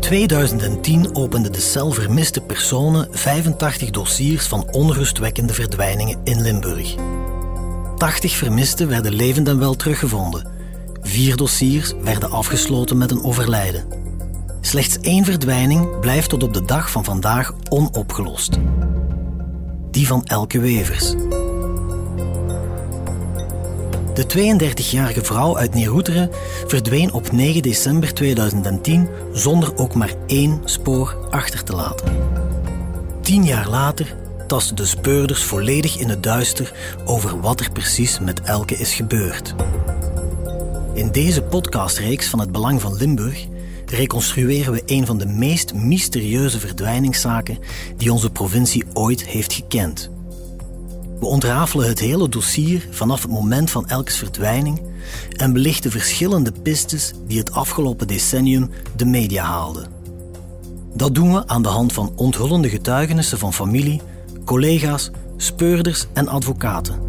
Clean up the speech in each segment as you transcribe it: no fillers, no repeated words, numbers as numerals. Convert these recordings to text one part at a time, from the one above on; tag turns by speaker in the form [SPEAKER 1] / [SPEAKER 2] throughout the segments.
[SPEAKER 1] 2010 opende de cel Vermiste Personen 85 dossiers van onrustwekkende verdwijningen in Limburg. 80 vermisten werden levend en wel teruggevonden. 4 dossiers werden afgesloten met een overlijden. Slechts 1 verdwijning blijft tot op de dag van vandaag onopgelost. Die van Elke Wevers. De 32-jarige vrouw uit Neeroeteren verdween op 9 december 2010 zonder ook maar 1 spoor achter te laten. 10 jaar later tasten de speurders volledig in het duister over wat er precies met Elke is gebeurd. In deze podcastreeks van Het Belang van Limburg reconstrueren we een van de meest mysterieuze verdwijningszaken die onze provincie ooit heeft gekend. We ontrafelen het hele dossier vanaf het moment van Elkes verdwijning en belichten verschillende pistes die het afgelopen decennium de media haalden. Dat doen we aan de hand van onthullende getuigenissen van familie, collega's, speurders en advocaten.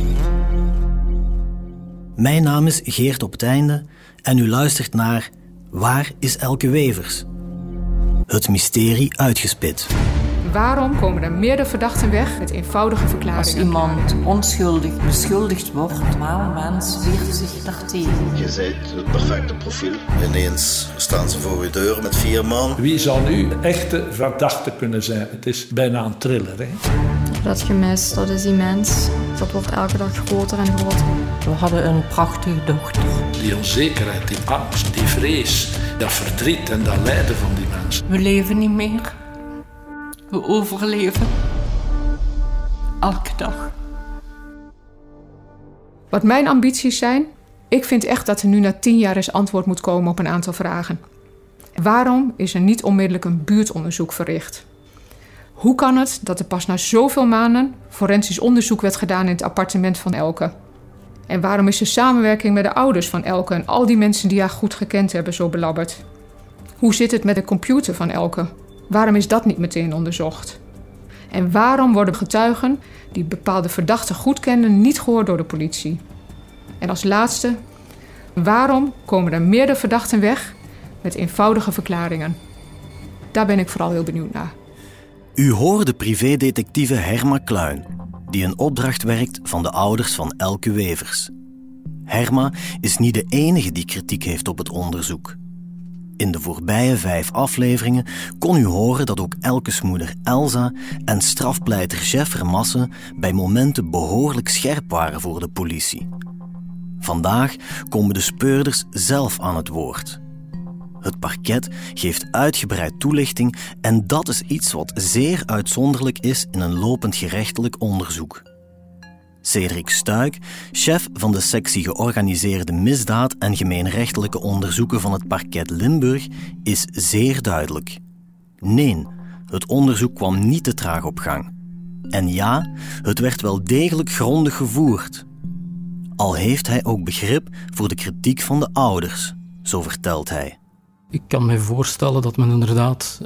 [SPEAKER 1] Mijn naam is Geert Op 't Einde en u luistert naar Waar is Elke Wevers? Het mysterie uitgespit.
[SPEAKER 2] Waarom komen er meerdere verdachten weg met eenvoudige verklaringen?
[SPEAKER 3] Als iemand onschuldig beschuldigd wordt, een normaal mens weert zich daartegen.
[SPEAKER 4] Je bent het perfecte profiel. Ineens staan ze voor je deur met 4 man.
[SPEAKER 5] Wie zou nu de echte verdachte kunnen zijn? Het is bijna een thriller, hè?
[SPEAKER 6] Dat gemis, dat is immens. Dat wordt elke dag groter en groter.
[SPEAKER 3] We hadden een prachtige dochter.
[SPEAKER 5] Die onzekerheid, die angst, die vrees, dat verdriet en dat lijden van die mensen.
[SPEAKER 3] We leven niet meer. We overleven. Elke dag.
[SPEAKER 2] Wat mijn ambities zijn? Ik vind echt dat er nu na 10 jaar eens antwoord moet komen op een aantal vragen. Waarom is er niet onmiddellijk een buurtonderzoek verricht? Hoe kan het dat er pas na zoveel maanden forensisch onderzoek werd gedaan in het appartement van Elke? En waarom is de samenwerking met de ouders van Elke en al die mensen die haar goed gekend hebben zo belabberd? Hoe zit het met de computer van Elke? Waarom is dat niet meteen onderzocht? En waarom worden getuigen die bepaalde verdachten goed kenden niet gehoord door de politie? En als laatste, waarom komen er meerdere verdachten weg met eenvoudige verklaringen? Daar ben ik vooral heel benieuwd naar.
[SPEAKER 1] U hoorde privédetectieve Herma Kluin, die een opdracht werkt van de ouders van Elke Wevers. Herma is niet de enige die kritiek heeft op het onderzoek. In de voorbije 5 afleveringen kon u horen dat ook Elkes moeder Elsa en strafpleiter Jeff Vermassen bij momenten behoorlijk scherp waren voor de politie. Vandaag komen de speurders zelf aan het woord. Het parket geeft uitgebreid toelichting en dat is iets wat zeer uitzonderlijk is in een lopend gerechtelijk onderzoek. Cedric Stuik, chef van de sectie Georganiseerde Misdaad en Gemeenrechtelijke Onderzoeken van het parket Limburg, is zeer duidelijk. Nee, het onderzoek kwam niet te traag op gang. En ja, het werd wel degelijk grondig gevoerd. Al heeft hij ook begrip voor de kritiek van de ouders, zo vertelt hij.
[SPEAKER 7] Ik kan me voorstellen dat men inderdaad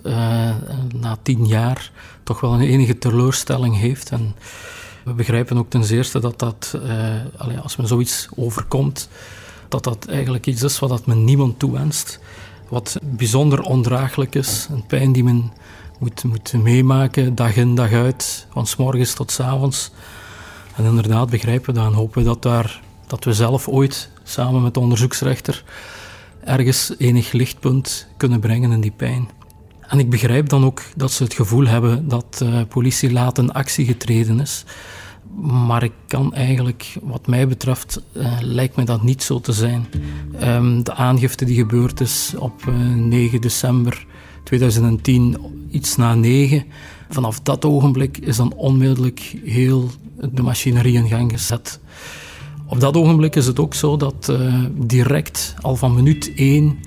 [SPEAKER 7] na 10 jaar toch wel een enige teleurstelling heeft. En we begrijpen ook ten zeerste dat als men zoiets overkomt, dat eigenlijk iets is wat men niemand toewenst. Wat bijzonder ondraaglijk is. Een pijn die men moet meemaken, dag in, dag uit, van 's morgens tot 's avonds. En inderdaad begrijpen we dat en hopen we dat we zelf ooit, samen met de onderzoeksrechter, ergens enig lichtpunt kunnen brengen in die pijn. En ik begrijp dan ook dat ze het gevoel hebben dat de politie laat in actie getreden is. Maar ik kan eigenlijk, wat mij betreft, lijkt me dat niet zo te zijn. De aangifte die gebeurd is op 9 december 2010, iets na 9. Vanaf dat ogenblik is dan onmiddellijk heel de machinerie in gang gezet. Op dat ogenblik is het ook zo dat direct, al van minuut 1,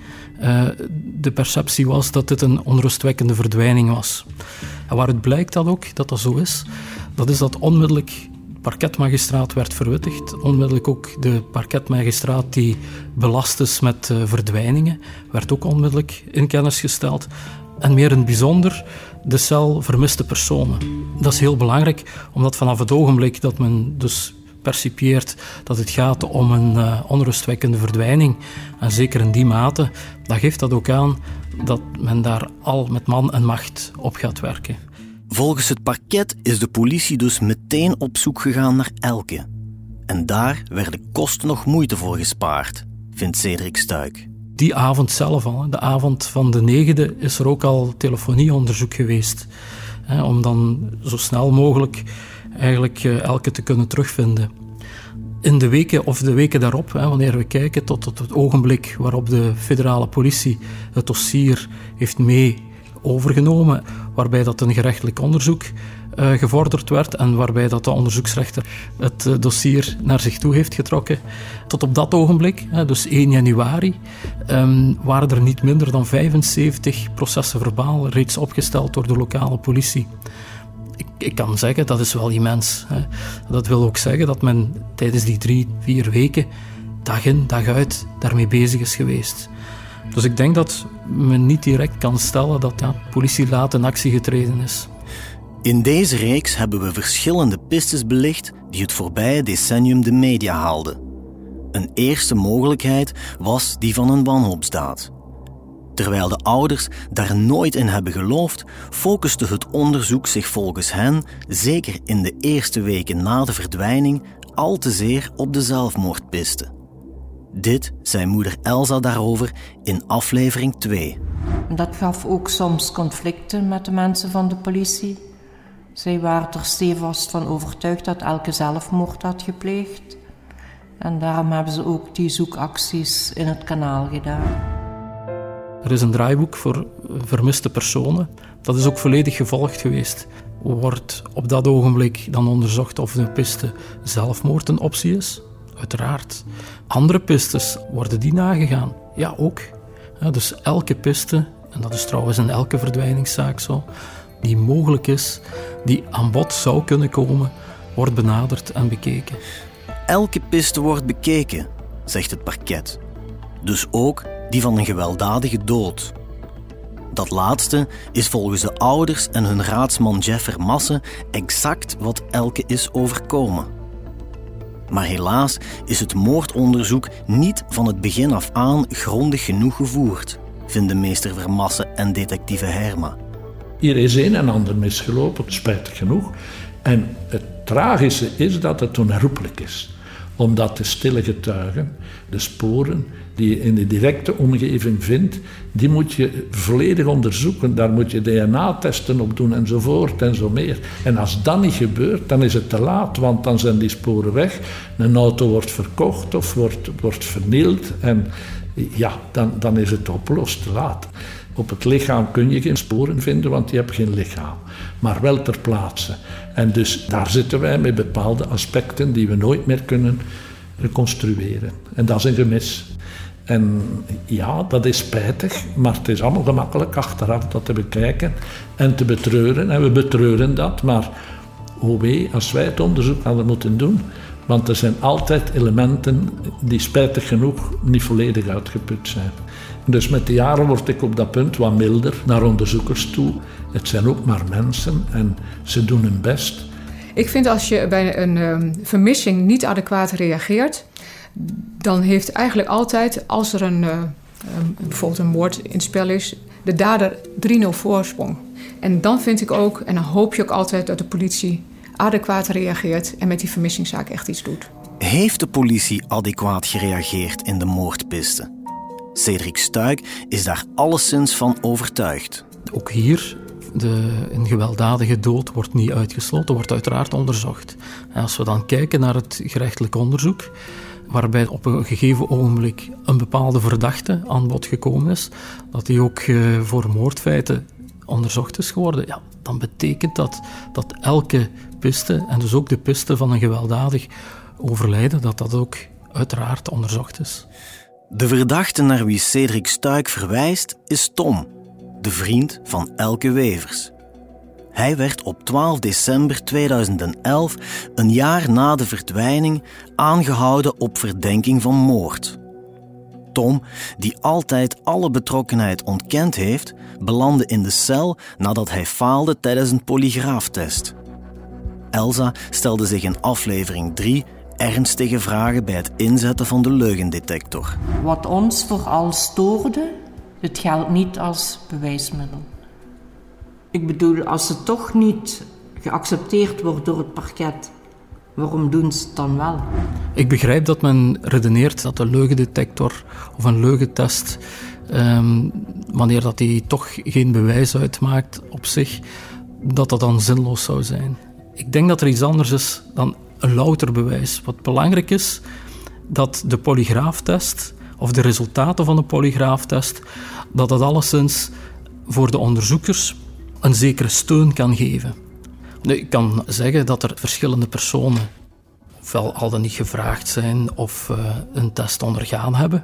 [SPEAKER 7] de perceptie was dat dit een onrustwekkende verdwijning was. En waaruit blijkt dat zo is, dat is dat onmiddellijk de parketmagistraat werd verwittigd. Onmiddellijk ook de parketmagistraat die belast is met verdwijningen, werd ook onmiddellijk in kennis gesteld. En meer in het bijzonder de cel Vermiste Personen. Dat is heel belangrijk, omdat vanaf het ogenblik dat men dus percipieert dat het gaat om een onrustwekkende verdwijning, en zeker in die mate, dan geeft dat ook aan dat men daar al met man en macht op gaat werken.
[SPEAKER 1] Volgens het parket is de politie dus meteen op zoek gegaan naar Elke. En daar werden kosten nog moeite voor gespaard, vindt Cedric Stuyck.
[SPEAKER 7] Die avond zelf al, de avond van de 9e, is er ook al telefonieonderzoek geweest. Om dan zo snel mogelijk eigenlijk Elke te kunnen terugvinden. In de weken of de weken daarop, wanneer we kijken tot het ogenblik waarop de federale politie het dossier heeft mee overgenomen, waarbij dat een gerechtelijk onderzoek gevorderd werd en waarbij dat de onderzoeksrechter het dossier naar zich toe heeft getrokken. Tot op dat ogenblik, dus 1 januari, waren er niet minder dan 75 processen verbaal reeds opgesteld door de lokale politie. Ik kan zeggen, dat is wel immens. Dat wil ook zeggen dat men tijdens die 3-4 weken dag in, dag uit daarmee bezig is geweest. Dus ik denk dat men niet direct kan stellen dat de politie laat in actie getreden is.
[SPEAKER 1] In deze reeks hebben we verschillende pistes belicht die het voorbije decennium de media haalden. Een eerste mogelijkheid was die van een wanhoopsdaad. Terwijl de ouders daar nooit in hebben geloofd, focuste het onderzoek zich volgens hen, zeker in de eerste weken na de verdwijning, al te zeer op de zelfmoordpiste. Dit zei moeder Elsa daarover in aflevering 2.
[SPEAKER 3] Dat gaf ook soms conflicten met de mensen van de politie. Zij waren er stevast van overtuigd dat Elke zelfmoord had gepleegd. En daarom hebben ze ook die zoekacties in het kanaal gedaan.
[SPEAKER 7] Er is een draaiboek voor vermiste personen. Dat is ook volledig gevolgd geweest. Wordt op dat ogenblik dan onderzocht of de piste zelfmoord een optie is? Uiteraard. Andere pistes, worden die nagegaan? Ja, ook. Dus elke piste, en dat is trouwens in elke verdwijningszaak zo, die mogelijk is, die aan bod zou kunnen komen, wordt benaderd en bekeken.
[SPEAKER 1] Elke piste wordt bekeken, zegt het parket. Dus ook die van een gewelddadige dood. Dat laatste is volgens de ouders en hun raadsman Jeff Vermassen exact wat Elke is overkomen. Maar helaas is het moordonderzoek niet van het begin af aan grondig genoeg gevoerd, vinden meester Vermassen en detectieve Herma.
[SPEAKER 5] Hier is een en ander misgelopen, spijtig genoeg. En het tragische is dat het onherroepelijk is. Omdat de stille getuigen, de sporen die je in de directe omgeving vindt, die moet je volledig onderzoeken. Daar moet je DNA-testen op doen enzovoort en zo meer. En als dat niet gebeurt, dan is het te laat, want dan zijn die sporen weg. Een auto wordt verkocht of wordt vernield en ja, dan is het opgelost, te laat. Op het lichaam kun je geen sporen vinden, want je hebt geen lichaam. Maar wel ter plaatse. En dus daar zitten wij met bepaalde aspecten die we nooit meer kunnen reconstrueren. En dat is een gemis. En ja, dat is spijtig, maar het is allemaal gemakkelijk achteraf dat te bekijken en te betreuren. En we betreuren dat, maar oh wee, als wij het onderzoek hadden moeten doen, want er zijn altijd elementen die spijtig genoeg niet volledig uitgeput zijn. Dus met de jaren word ik op dat punt wat milder naar onderzoekers toe. Het zijn ook maar mensen en ze doen hun best.
[SPEAKER 2] Ik vind als je bij een vermissing niet adequaat reageert, dan heeft eigenlijk altijd, als er bijvoorbeeld een moord in het spel is, de dader 3-0 voorsprong. En dan vind ik ook, en dan hoop je ook altijd dat de politie adequaat reageert en met die vermissingszaak echt iets doet. Heeft
[SPEAKER 1] de politie adequaat gereageerd in de moordpiste? Cedric Stuyck is daar alleszins van overtuigd.
[SPEAKER 7] Ook hier, een gewelddadige dood wordt niet uitgesloten, wordt uiteraard onderzocht. En als we dan kijken naar het gerechtelijk onderzoek, waarbij op een gegeven ogenblik een bepaalde verdachte aan bod gekomen is, dat die ook voor moordfeiten onderzocht is geworden, ja, dan betekent dat elke piste, en dus ook de piste van een gewelddadig overlijden, dat ook uiteraard onderzocht is.
[SPEAKER 1] De verdachte naar wie Cedric Stuyck verwijst is Tom, de vriend van Elke Wevers. Hij werd op 12 december 2011, een jaar na de verdwijning, aangehouden op verdenking van moord. Tom, die altijd alle betrokkenheid ontkend heeft, belandde in de cel nadat hij faalde tijdens een polygraaftest. Elsa stelde zich in aflevering 3 ernstige vragen bij het inzetten van de leugendetector.
[SPEAKER 3] Wat ons vooral stoorde, Het geldt niet als bewijsmiddel. Ik bedoel, als het toch niet geaccepteerd wordt door het parket, waarom doen ze het dan wel?
[SPEAKER 7] Ik begrijp dat men redeneert dat een leugendetector of een leugentest, wanneer dat die toch geen bewijs uitmaakt op zich, dat dat dan zinloos zou zijn. Ik denk dat er iets anders is dan een louter bewijs. Wat belangrijk is, dat de polygraaftest of de resultaten van de polygraaftest, dat dat alleszins voor de onderzoekers een zekere steun kan geven. Nu, ik kan zeggen dat er verschillende personen ofwel al dan niet gevraagd zijn of een test ondergaan hebben.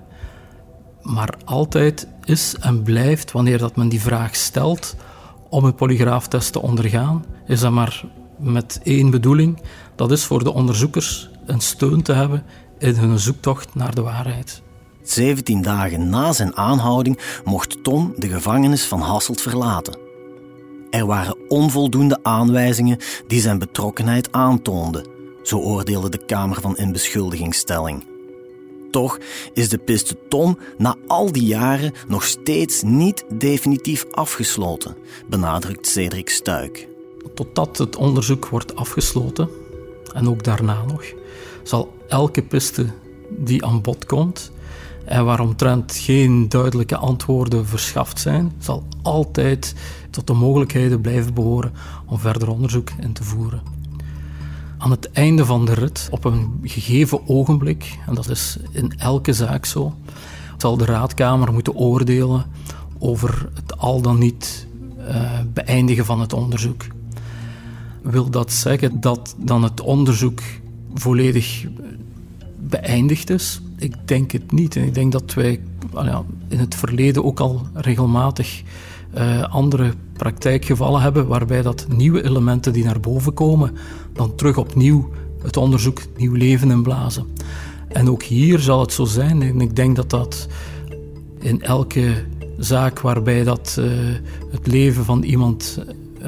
[SPEAKER 7] Maar altijd is en blijft, wanneer dat men die vraag stelt om een polygraaftest te ondergaan, is dat maar met één bedoeling. Dat is voor de onderzoekers een steun te hebben in hun zoektocht naar de waarheid.
[SPEAKER 1] 17 dagen na zijn aanhouding mocht Tom de gevangenis van Hasselt verlaten. Er waren onvoldoende aanwijzingen die zijn betrokkenheid aantoonden, zo oordeelde de Kamer van Inbeschuldigingsstelling. Toch is de piste Tom na al die jaren nog steeds niet definitief afgesloten, benadrukt Cedric Stuyck.
[SPEAKER 7] Totdat het onderzoek wordt afgesloten, en ook daarna nog, zal elke piste die aan bod komt en waaromtrent geen duidelijke antwoorden verschaft zijn, zal altijd tot de mogelijkheden blijven behoren om verder onderzoek in te voeren. Aan het einde van de rit, op een gegeven ogenblik, en dat is in elke zaak zo, zal de raadkamer moeten oordelen over het al dan niet beëindigen van het onderzoek. Wil dat zeggen dat dan het onderzoek volledig beëindigd is? Ik denk het niet. Ik denk dat wij in het verleden ook al regelmatig andere praktijkgevallen hebben waarbij dat nieuwe elementen die naar boven komen dan terug opnieuw het onderzoek nieuw leven inblazen. En ook hier zal het zo zijn. En ik denk dat dat in elke zaak waarbij dat het leven van iemand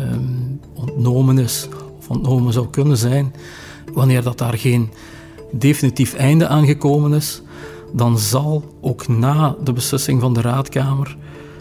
[SPEAKER 7] ontnomen is of ontnomen zou kunnen zijn, wanneer dat daar geen definitief einde aan gekomen is, dan zal ook na de beslissing van de raadkamer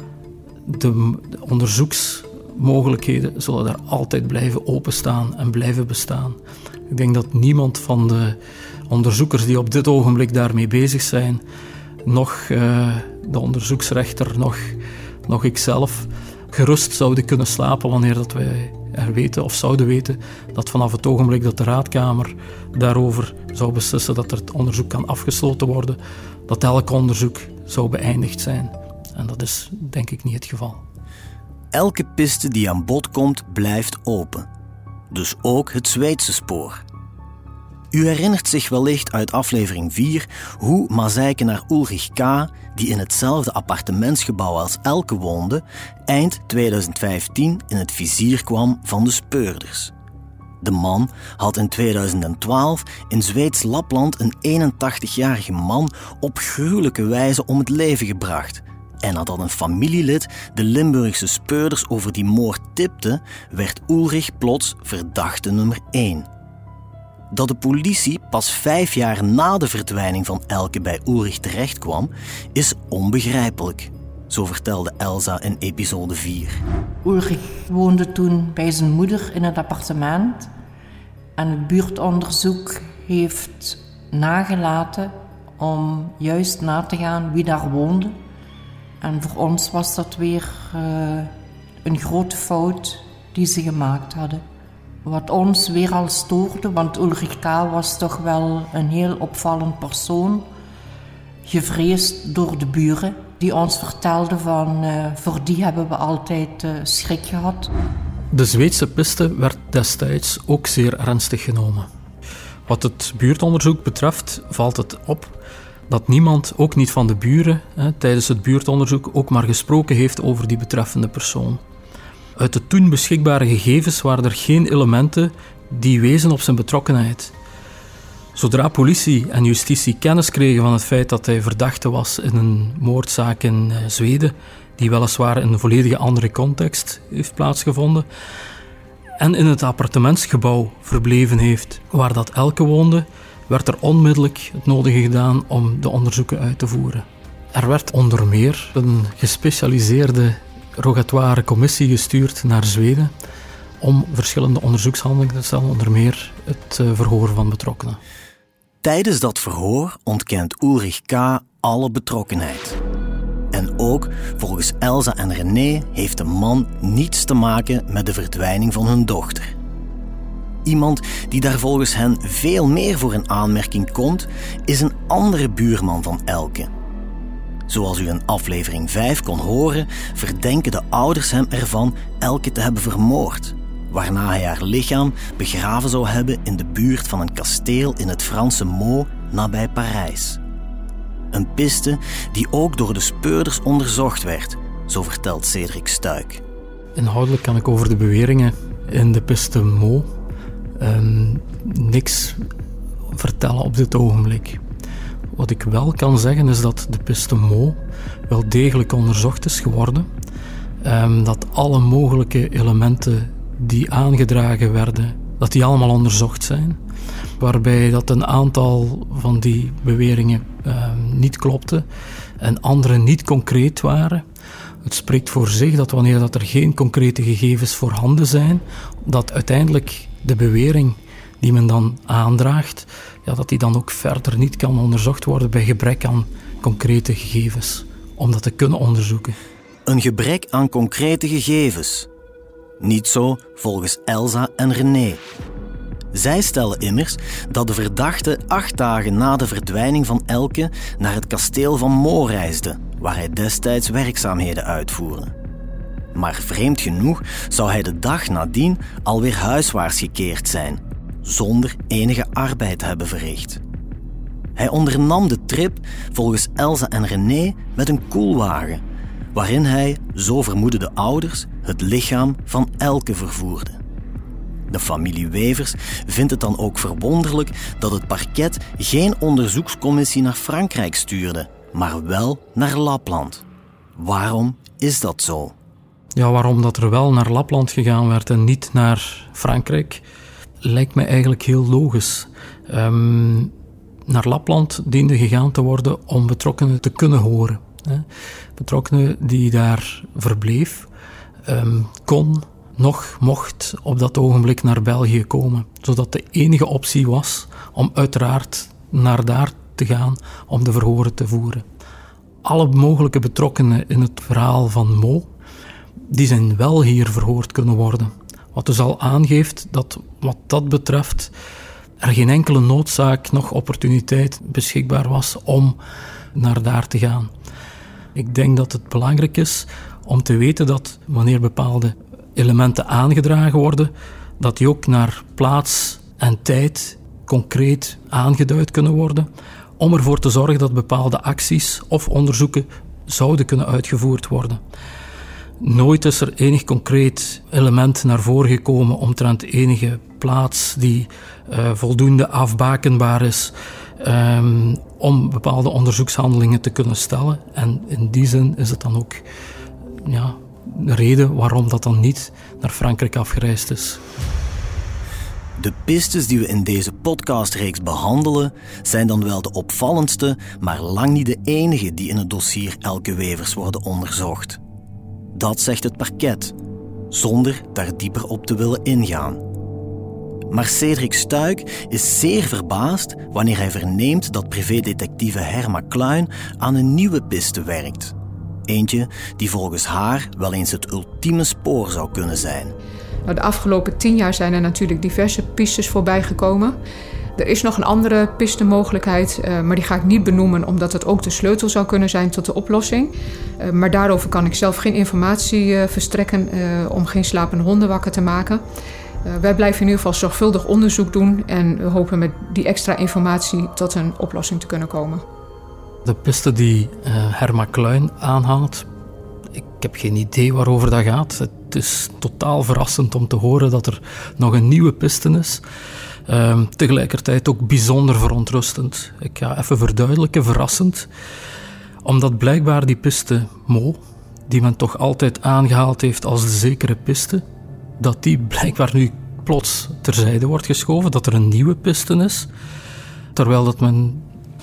[SPEAKER 7] de onderzoeksmogelijkheden zullen daar altijd blijven openstaan en blijven bestaan. Ik denk dat niemand van de onderzoekers die op dit ogenblik daarmee bezig zijn, nog de onderzoeksrechter, nog ikzelf, gerust zouden kunnen slapen wanneer dat wij er weten of zouden weten dat vanaf het ogenblik dat de raadkamer daarover zou beslissen dat er het onderzoek kan afgesloten worden, dat elk onderzoek zou beëindigd zijn. En dat is denk ik niet het geval.
[SPEAKER 1] Elke piste die aan bod komt, blijft open. Dus ook het Zweedse spoor. U herinnert zich wellicht uit aflevering 4 hoe Mazeikenaar Ulrich K., die in hetzelfde appartementsgebouw als Elke woonde, eind 2015 in het vizier kwam van de speurders. De man had in 2012 in Zweeds Lapland een 81-jarige man op gruwelijke wijze om het leven gebracht. En nadat een familielid de Limburgse speurders over die moord tipte, werd Ulrich plots verdachte nummer 1. Dat de politie pas 5 jaar na de verdwijning van Elke bij Ulrich terechtkwam, is onbegrijpelijk. Zo vertelde Elsa in episode 4.
[SPEAKER 3] Ulrich woonde toen bij zijn moeder in het appartement. En het buurtonderzoek heeft nagelaten om juist na te gaan wie daar woonde. En voor ons was dat weer een grote fout die ze gemaakt hadden. Wat ons weer al stoorde, want Ulrich K. was toch wel een heel opvallend persoon. Gevreesd door de buren, die ons vertelden van voor die hebben we altijd schrik gehad.
[SPEAKER 7] De Zweedse piste werd destijds ook zeer ernstig genomen. Wat het buurtonderzoek betreft valt het op dat niemand, ook niet van de buren, tijdens het buurtonderzoek ook maar gesproken heeft over die betreffende persoon. Uit de toen beschikbare gegevens waren er geen elementen die wezen op zijn betrokkenheid. Zodra politie en justitie kennis kregen van het feit dat hij verdachte was in een moordzaak in Zweden, die weliswaar in een volledige andere context heeft plaatsgevonden, en in het appartementsgebouw verbleven heeft waar dat Elke woonde, werd er onmiddellijk het nodige gedaan om de onderzoeken uit te voeren. Er werd onder meer een gespecialiseerde rogatoire commissie gestuurd naar Zweden om verschillende onderzoekshandelingen te stellen, onder meer het verhoor van betrokkenen.
[SPEAKER 1] Tijdens dat verhoor ontkent Ulrich K. alle betrokkenheid. En ook, volgens Elsa en René, heeft de man niets te maken met de verdwijning van hun dochter. Iemand die daar volgens hen veel meer voor in aanmerking komt, is een andere buurman van Elke. Zoals u in aflevering 5 kon horen, verdenken de ouders hem ervan Elke te hebben vermoord, waarna hij haar lichaam begraven zou hebben in de buurt van een kasteel in het Franse Meaux nabij Parijs. Een piste die ook door de speurders onderzocht werd, zo vertelt Cedric Stuyck.
[SPEAKER 7] Inhoudelijk kan ik over de beweringen in de piste Meaux niks vertellen op dit ogenblik. Wat ik wel kan zeggen is dat de piste Meaux wel degelijk onderzocht is geworden. Dat alle mogelijke elementen die aangedragen werden, dat die allemaal onderzocht zijn. Waarbij dat een aantal van die beweringen niet klopte en andere niet concreet waren. Het spreekt voor zich dat wanneer dat er geen concrete gegevens voorhanden zijn, dat uiteindelijk de bewering die men dan aandraagt, dat die dan ook verder niet kan onderzocht worden bij gebrek aan concrete gegevens, om dat te kunnen onderzoeken.
[SPEAKER 1] Een gebrek aan concrete gegevens. Niet zo volgens Elsa en René. Zij stellen immers dat de verdachte 8 dagen na de verdwijning van Elke naar het kasteel van Meaux reisde, waar hij destijds werkzaamheden uitvoerde. Maar vreemd genoeg zou hij de dag nadien alweer huiswaarts gekeerd zijn, zonder enige arbeid te hebben verricht. Hij ondernam de trip, volgens Elsa en René, met een koelwagen, waarin hij, zo vermoeden de ouders, het lichaam van Elke vervoerde. De familie Wevers vindt het dan ook verwonderlijk dat het parket geen onderzoekscommissie naar Frankrijk stuurde, maar wel naar Lapland. Waarom is dat zo?
[SPEAKER 7] Ja, waarom dat er wel naar Lapland gegaan werd en niet naar Frankrijk, lijkt mij eigenlijk heel logisch. Naar Lapland diende gegaan te worden om betrokkenen te kunnen horen. Betrokkenen die daar verbleef, mocht op dat ogenblik naar België komen. Zodat de enige optie was om uiteraard naar daar te gaan om de verhoren te voeren. Alle mogelijke betrokkenen in het verhaal van Meaux, die zijn wel hier verhoord kunnen worden. Wat dus al aangeeft dat wat dat betreft er geen enkele noodzaak nog opportuniteit beschikbaar was om naar daar te gaan. Ik denk dat het belangrijk is om te weten dat wanneer bepaalde elementen aangedragen worden, dat die ook naar plaats en tijd concreet aangeduid kunnen worden, om ervoor te zorgen dat bepaalde acties of onderzoeken zouden kunnen uitgevoerd worden. Nooit is er enig concreet element naar voren gekomen omtrent enige plaats die voldoende afbakenbaar is om bepaalde onderzoekshandelingen te kunnen stellen. En in die zin is het dan ook de reden waarom dat dan niet naar Frankrijk afgereisd is.
[SPEAKER 1] De pistes die we in deze podcastreeks behandelen zijn dan wel de opvallendste, maar lang niet de enige die in het dossier Elke Wevers worden onderzocht. Dat zegt het parket, zonder daar dieper op te willen ingaan. Maar Cedric Stuyck is zeer verbaasd wanneer hij verneemt dat privédetectieve Herma Kluin aan een nieuwe piste werkt. Eentje die volgens haar wel eens het ultieme spoor zou kunnen zijn.
[SPEAKER 2] De afgelopen 10 jaar zijn er natuurlijk diverse pistes voorbij gekomen. Er is nog een andere pistemogelijkheid, maar die ga ik niet benoemen omdat het ook de sleutel zou kunnen zijn tot de oplossing. Maar daarover kan ik zelf geen informatie verstrekken om geen slapende honden wakker te maken. Wij blijven in ieder geval zorgvuldig onderzoek doen en we hopen met die extra informatie tot een oplossing te kunnen komen.
[SPEAKER 7] De piste die Herma Kluin aanhaalt, ik heb geen idee waarover dat gaat. Het is totaal verrassend om te horen dat er nog een nieuwe piste is. Tegelijkertijd ook bijzonder verontrustend. Ik ga even verduidelijken, verrassend. Omdat blijkbaar die piste Meaux, die men toch altijd aangehaald heeft als de zekere piste, dat die blijkbaar nu plots terzijde wordt geschoven, dat er een nieuwe piste is. Terwijl dat men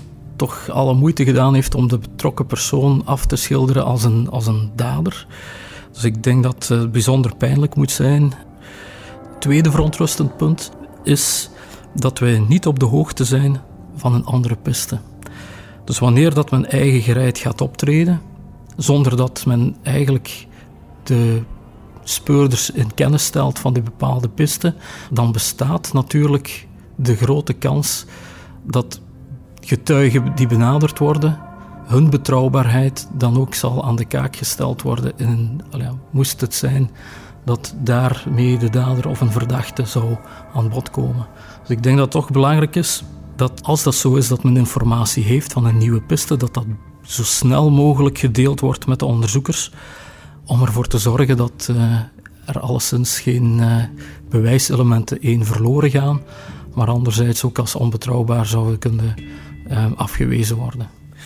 [SPEAKER 7] toch alle moeite gedaan heeft om de betrokken persoon af te schilderen als een dader. Dus ik denk dat het bijzonder pijnlijk moet zijn. Tweede verontrustend punt is dat wij niet op de hoogte zijn van een andere piste. Dus wanneer dat men eigen gereid gaat optreden, zonder dat men eigenlijk de speurders in kennis stelt van die bepaalde piste, dan bestaat natuurlijk de grote kans dat getuigen die benaderd worden, hun betrouwbaarheid dan ook zal aan de kaak gesteld worden. Moest het zijn dat daarmee de dader of een verdachte zou aan bod komen. Dus ik denk dat het toch belangrijk is dat als dat zo is dat men informatie heeft van een nieuwe piste, dat dat zo snel mogelijk gedeeld wordt met de onderzoekers, om ervoor te zorgen dat er alleszins geen bewijselementen verloren gaan, maar anderzijds ook als onbetrouwbaar zouden kunnen afgewezen worden.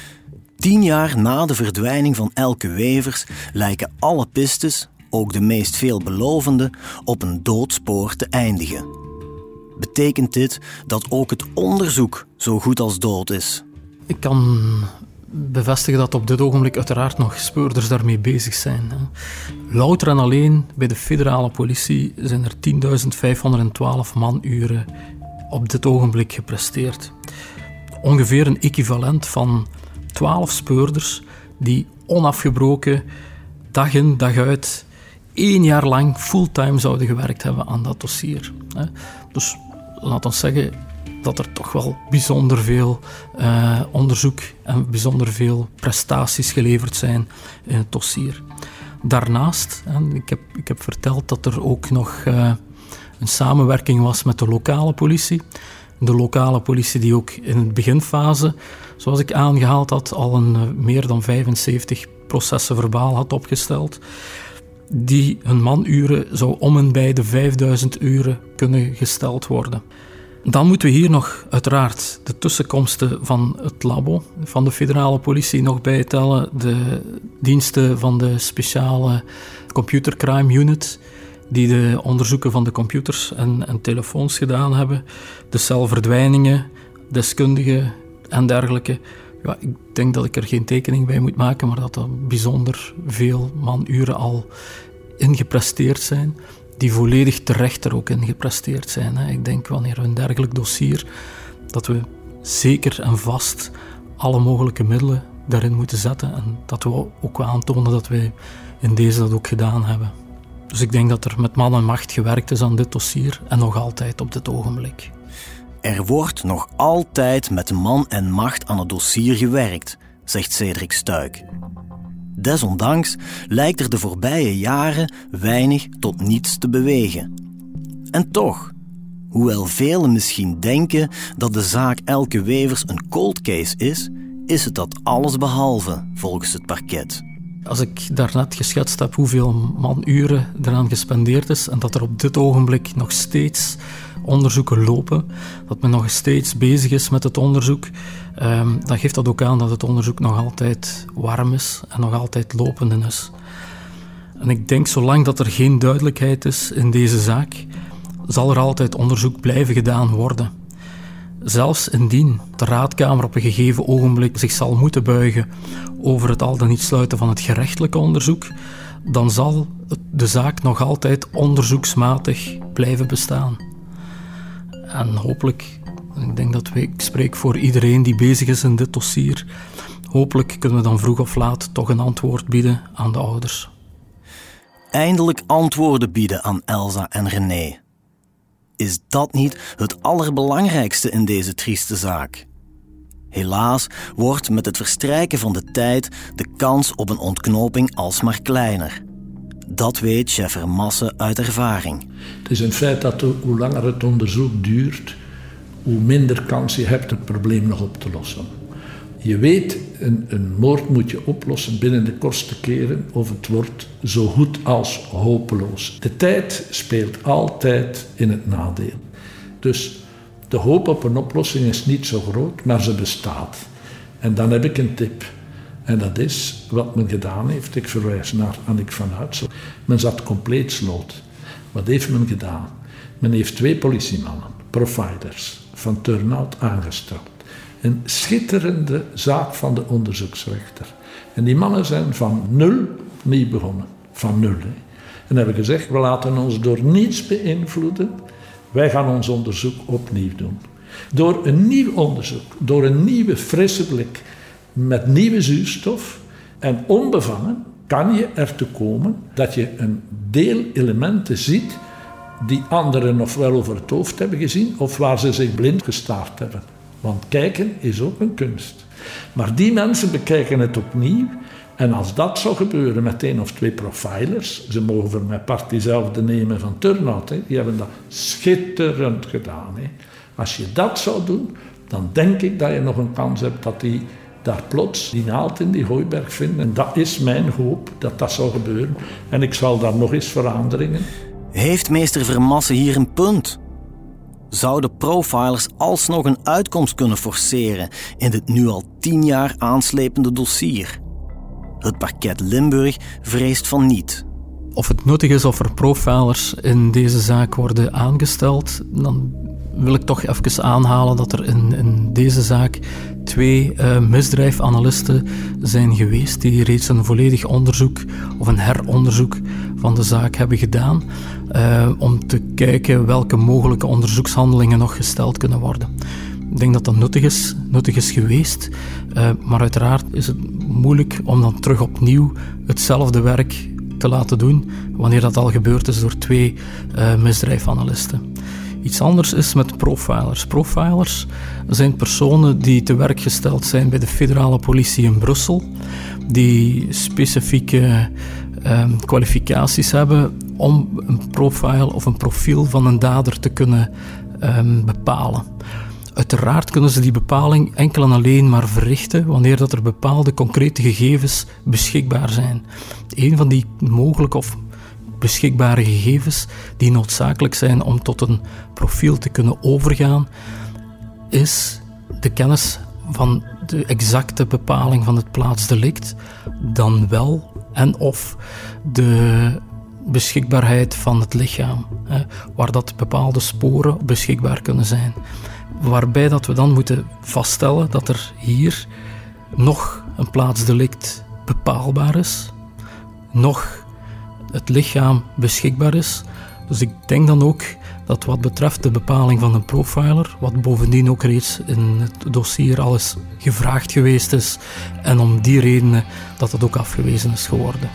[SPEAKER 1] 10 jaar na de verdwijning van Elke Wevers lijken alle pistes, ook de meest veelbelovende, op een doodspoor te eindigen. Betekent dit dat ook het onderzoek zo goed als dood is?
[SPEAKER 7] Ik kan bevestigen dat op dit ogenblik uiteraard nog speurders daarmee bezig zijn. Louter en alleen bij de federale politie zijn er 10.512 manuren op dit ogenblik gepresteerd. Ongeveer een equivalent van 12 speurders die onafgebroken dag in dag uit 1 jaar lang fulltime zouden gewerkt hebben aan dat dossier. Dus laat ons zeggen dat er toch wel bijzonder veel onderzoek en bijzonder veel prestaties geleverd zijn in het dossier. Daarnaast, ik heb verteld dat er ook nog een samenwerking was met de lokale politie. De lokale politie die ook in de beginfase, zoals ik aangehaald had, al een meer dan 75 processen verbaal had opgesteld. Die hun manuren zou om en bij de 5000 uren kunnen gesteld worden. Dan moeten we hier nog uiteraard de tussenkomsten van het labo, van de federale politie nog bijtellen. De diensten van de speciale computercrime unit, die de onderzoeken van de computers en telefoons gedaan hebben. De celverdwijningen, deskundigen en dergelijke. Ja, ik denk dat ik er geen tekening bij moet maken, maar dat er bijzonder veel manuren al ingepresteerd zijn, die volledig terecht er ook in gepresteerd zijn. Ik denk wanneer we een dergelijk dossier, dat we zeker en vast alle mogelijke middelen daarin moeten zetten en dat we ook aantonen dat wij in deze dat ook gedaan hebben. Dus ik denk dat er met man en macht gewerkt is aan dit dossier en nog altijd op dit ogenblik.
[SPEAKER 1] Er wordt nog altijd met man en macht aan het dossier gewerkt, zegt Cedric Stuyck. Desondanks lijkt er de voorbije jaren weinig tot niets te bewegen. En toch, hoewel velen misschien denken dat de zaak Elke Wevers een cold case is het dat allesbehalve volgens het parket.
[SPEAKER 7] Als ik daarnet geschetst heb hoeveel manuren eraan gespendeerd is en dat er op dit ogenblik nog steeds onderzoeken lopen, dat men nog steeds bezig is met het onderzoek, dan geeft dat ook aan dat het onderzoek nog altijd warm is en nog altijd lopende is. En ik denk, zolang dat er geen duidelijkheid is in deze zaak, zal er altijd onderzoek blijven gedaan worden. Zelfs indien de raadkamer op een gegeven ogenblik zich zal moeten buigen over het al dan niet sluiten van het gerechtelijke onderzoek, dan zal de zaak nog altijd onderzoeksmatig blijven bestaan. En hopelijk, ik denk dat ik spreek voor iedereen die bezig is in dit dossier, hopelijk kunnen we dan vroeg of laat toch een antwoord bieden aan de ouders.
[SPEAKER 1] Eindelijk antwoorden bieden aan Elsa en René. Is dat niet het allerbelangrijkste in deze trieste zaak? Helaas wordt met het verstrijken van de tijd de kans op een ontknoping alsmaar kleiner. Dat weet chef Vermassen uit ervaring.
[SPEAKER 5] Het is een feit dat hoe langer het onderzoek duurt, hoe minder kans je hebt het probleem nog op te lossen. Je weet, een moord moet je oplossen binnen de kortste keren of het wordt zo goed als hopeloos. De tijd speelt altijd in het nadeel. Dus de hoop op een oplossing is niet zo groot, maar ze bestaat. En dan heb ik een tip. En dat is wat men gedaan heeft. Ik verwijs naar Annick van Uytsel. Men zat compleet sloot. Wat heeft men gedaan? Men heeft 2 politiemannen, profilers, van Turnhout aangesteld. Een schitterende zaak van de onderzoeksrechter. En die mannen zijn van nul niet begonnen. Van nul. Hè. En hebben gezegd, we laten ons door niets beïnvloeden. Wij gaan ons onderzoek opnieuw doen. Door een nieuw onderzoek, door een nieuwe frisse blik, met nieuwe zuurstof en onbevangen, kan je ertoe komen dat je een deel elementen ziet die anderen nog wel over het hoofd hebben gezien of waar ze zich blind gestaard hebben. Want kijken is ook een kunst. Maar die mensen bekijken het opnieuw. En als dat zou gebeuren met 1 of 2 profilers, ze mogen voor mijn part diezelfde nemen van Turnhout, hè, die hebben dat schitterend gedaan. Hè. Als je dat zou doen, dan denk ik dat je nog een kans hebt dat die daar plots die naald in die hooiberg vinden. En dat is mijn hoop, dat dat zou gebeuren. En ik zal daar nog eens veranderingen.
[SPEAKER 1] Heeft meester Vermassen hier een punt? Zouden profilers alsnog een uitkomst kunnen forceren in dit nu al 10 jaar aanslepende dossier? Het parket Limburg vreest van niet.
[SPEAKER 7] Of het nuttig is of er profilers in deze zaak worden aangesteld, dan wil ik toch even aanhalen dat er in deze zaak 2 misdrijfanalisten zijn geweest die reeds een volledig onderzoek of een heronderzoek van de zaak hebben gedaan om te kijken welke mogelijke onderzoekshandelingen nog gesteld kunnen worden. Ik denk dat dat nuttig is geweest, maar uiteraard is het moeilijk om dan terug opnieuw hetzelfde werk te laten doen wanneer dat al gebeurd is door 2 misdrijfanalisten. Iets anders is met profilers. Profilers zijn personen die te werk gesteld zijn bij de federale politie in Brussel, die specifieke kwalificaties hebben om een profile of een profiel van een dader te kunnen bepalen. Uiteraard kunnen ze die bepaling enkel en alleen maar verrichten wanneer dat er bepaalde concrete gegevens beschikbaar zijn. Een van die mogelijke of beschikbare gegevens die noodzakelijk zijn om tot een profiel te kunnen overgaan, is de kennis van de exacte bepaling van het plaatsdelict, dan wel en of de beschikbaarheid van het lichaam, waar dat bepaalde sporen beschikbaar kunnen zijn. Waarbij dat we dan moeten vaststellen dat er hier nog een plaatsdelict bepaalbaar is, nog het lichaam beschikbaar is. Dus ik denk dan ook dat wat betreft de bepaling van een profiler, wat bovendien ook reeds in het dossier al eens gevraagd geweest is, en om die redenen dat het ook afgewezen is geworden.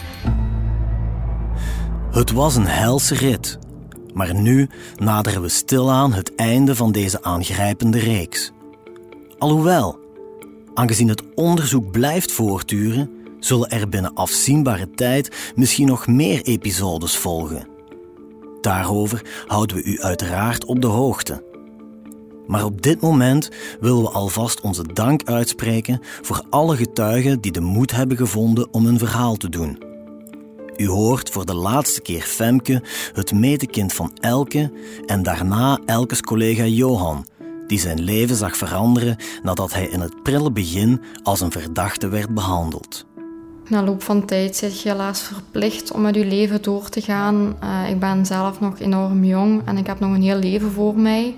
[SPEAKER 1] Het was een helse rit. Maar nu naderen we stilaan het einde van deze aangrijpende reeks. Alhoewel, aangezien het onderzoek blijft voortduren, zullen er binnen afzienbare tijd misschien nog meer episodes volgen. Daarover houden we u uiteraard op de hoogte. Maar op dit moment willen we alvast onze dank uitspreken voor alle getuigen die de moed hebben gevonden om hun verhaal te doen. U hoort voor de laatste keer Femke, het medekind van Elke, en daarna Elkes collega Johan, die zijn leven zag veranderen nadat hij in het prille begin als een verdachte werd behandeld.
[SPEAKER 6] Na loop van tijd zit je helaas verplicht om met je leven door te gaan. Ik ben zelf nog enorm jong en ik heb nog een heel leven voor mij.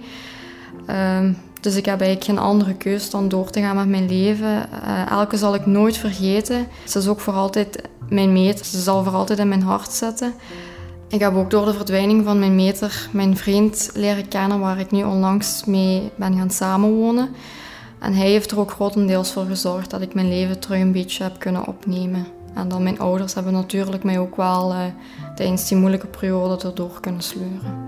[SPEAKER 6] Dus ik heb eigenlijk geen andere keus dan door te gaan met mijn leven. Elke zal ik nooit vergeten. Ze is ook voor altijd mijn meter. Ze zal voor altijd in mijn hart zitten. Ik heb ook door de verdwijning van mijn meter mijn vriend leren kennen, waar ik nu onlangs mee ben gaan samenwonen. En hij heeft er ook grotendeels voor gezorgd dat ik mijn leven terug een beetje heb kunnen opnemen. En dan mijn ouders hebben natuurlijk mij ook wel tijdens die moeilijke periode erdoor kunnen sleuren.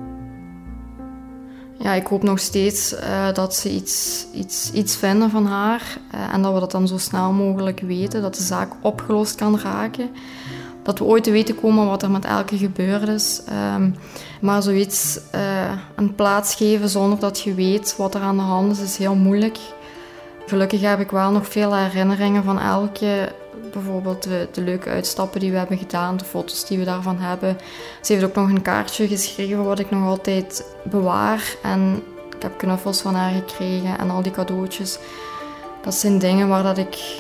[SPEAKER 6] Ja, ik hoop nog steeds dat ze iets vinden van haar. En dat we dat dan zo snel mogelijk weten. Dat de zaak opgelost kan raken. Dat we ooit te weten komen wat er met Elke gebeurd is. Maar zoiets een plaats geven zonder dat je weet wat er aan de hand is heel moeilijk. Gelukkig heb ik wel nog veel herinneringen van Elke. Bijvoorbeeld de leuke uitstappen die we hebben gedaan, de foto's die we daarvan hebben. Ze heeft ook nog een kaartje geschreven wat ik nog altijd bewaar. En ik heb knuffels van haar gekregen en al die cadeautjes. Dat zijn dingen waar dat ik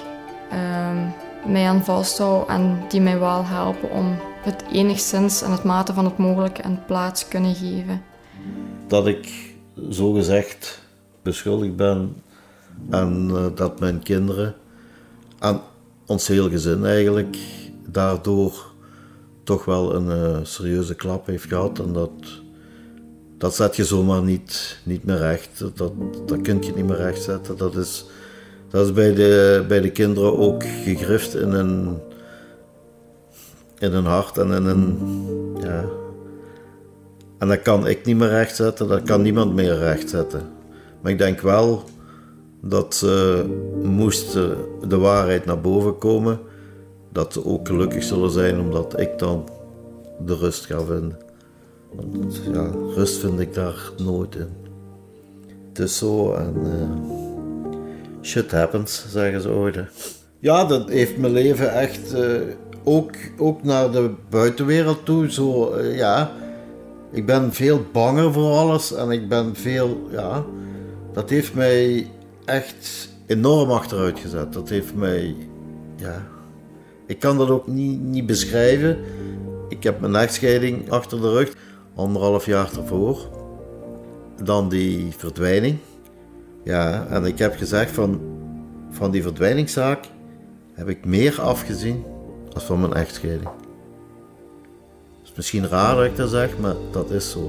[SPEAKER 6] mij aan vasthoud en die mij wel helpen om het enigszins in het mate van het mogelijke een plaats kunnen geven.
[SPEAKER 4] Dat ik zogezegd beschuldigd ben En dat mijn kinderen, en ons heel gezin eigenlijk, daardoor toch wel een serieuze klap heeft gehad. En dat zet je zomaar niet meer recht. Dat kun je niet meer rechtzetten. Dat is bij de kinderen ook gegrift in een hart en in een... Ja. En dat kan ik niet meer rechtzetten, dat kan niemand meer rechtzetten. Maar ik denk wel dat moest de waarheid naar boven komen, dat ze ook gelukkig zullen zijn omdat ik dan de rust ga vinden. Want ja, rust vind ik daar nooit in. Het is zo en shit happens, zeggen ze ooit. Ja, dat heeft mijn leven echt ook naar de buitenwereld toe. Zo, ja, ik ben veel banger voor alles en ik ben veel, ja, dat heeft mij echt enorm achteruit gezet. Dat heeft mij, ja, ik kan dat ook niet beschrijven. Ik heb mijn echtscheiding achter de rug, 1,5 jaar ervoor. Dan die verdwijning. Ja, en ik heb gezegd van die verdwijningszaak heb ik meer afgezien dan van mijn echtscheiding. Het is misschien raar dat ik dat zeg, maar dat is zo.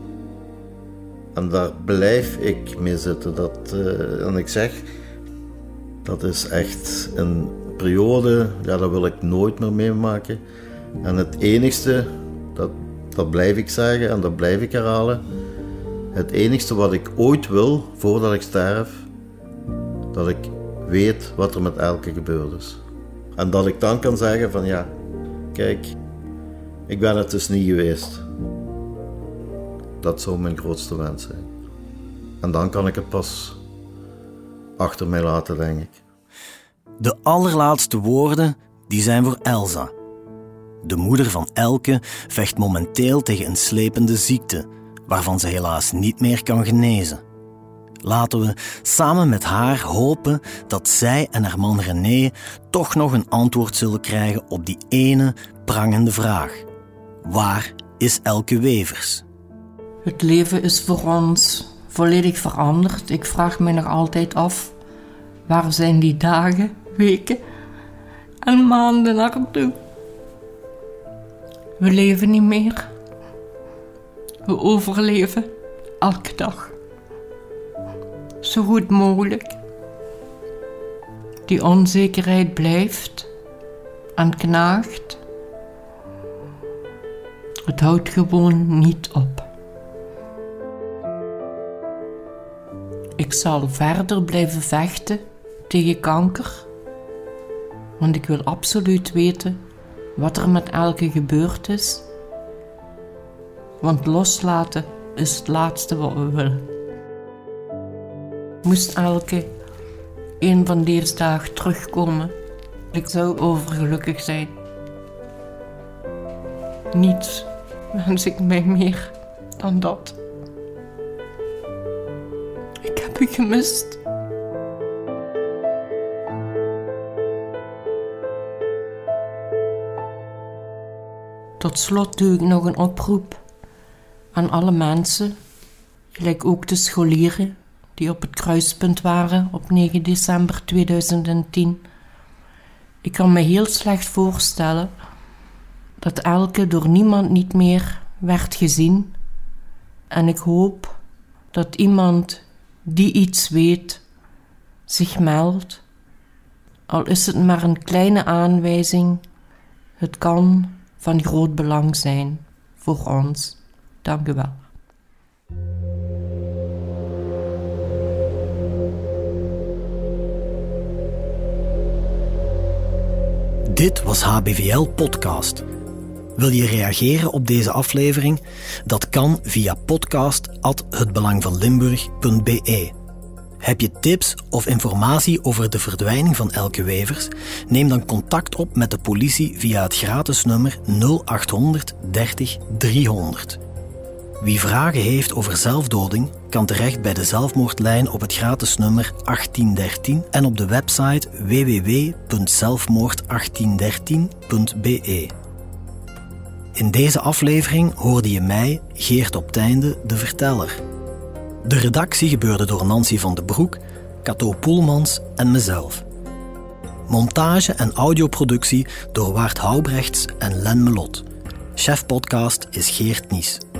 [SPEAKER 4] En daar blijf ik mee zitten. En ik zeg, dat is echt een periode, ja, dat wil ik nooit meer meemaken. En het enigste, dat blijf ik zeggen en dat blijf ik herhalen. Het enigste wat ik ooit wil, voordat ik sterf, dat ik weet wat er met Elke gebeurd is. En dat ik dan kan zeggen van ja, kijk, ik ben het dus niet geweest. Dat zou mijn grootste wens zijn. En dan kan ik het pas achter mij laten, denk ik.
[SPEAKER 1] De allerlaatste woorden, die zijn voor Elsa. De moeder van Elke vecht momenteel tegen een slepende ziekte, waarvan ze helaas niet meer kan genezen. Laten we samen met haar hopen dat zij en haar man René toch nog een antwoord zullen krijgen op die ene prangende vraag. Waar is Elke Wevers?
[SPEAKER 3] Het leven is voor ons volledig veranderd. Ik vraag me nog altijd af, waar zijn die dagen, weken en maanden naartoe? We leven niet meer. We overleven elke dag. Zo goed mogelijk. Die onzekerheid blijft en knaagt. Het houdt gewoon niet op. Ik zal verder blijven vechten tegen kanker. Want ik wil absoluut weten wat er met Elke gebeurd is. Want loslaten is het laatste wat we willen. Moest Elke een van deze dagen terugkomen, ik zou overgelukkig zijn. Niets wens ik mij meer dan dat. Ik heb u gemist. Tot slot doe ik nog een oproep aan alle mensen, gelijk ook de scholieren die op het kruispunt waren op 9 december 2010. Ik kan me heel slecht voorstellen dat Elke door niemand niet meer werd gezien. En ik hoop dat iemand die iets weet zich meldt. Al is het maar een kleine aanwijzing, het kan van groot belang zijn voor ons. Dank u wel.
[SPEAKER 1] Dit was HBVL Podcast. Wil je reageren op deze aflevering? Dat kan via podcast@hetbelangvanlimburg.be. Heb je tips of informatie over de verdwijning van Elke Wevers? Neem dan contact op met de politie via het gratis nummer 0800 30 300. Wie vragen heeft over zelfdoding, kan terecht bij de zelfmoordlijn op het gratis nummer 1813 en op de website www.zelfmoord1813.be. In deze aflevering hoorde je mij, Geert op Teinde, de verteller. De redactie gebeurde door Nancy van de Broek, Cato Poelmans en mezelf. Montage en audioproductie door Waart Houbrechts en Len Melot. Chefpodcast is Geert Nies.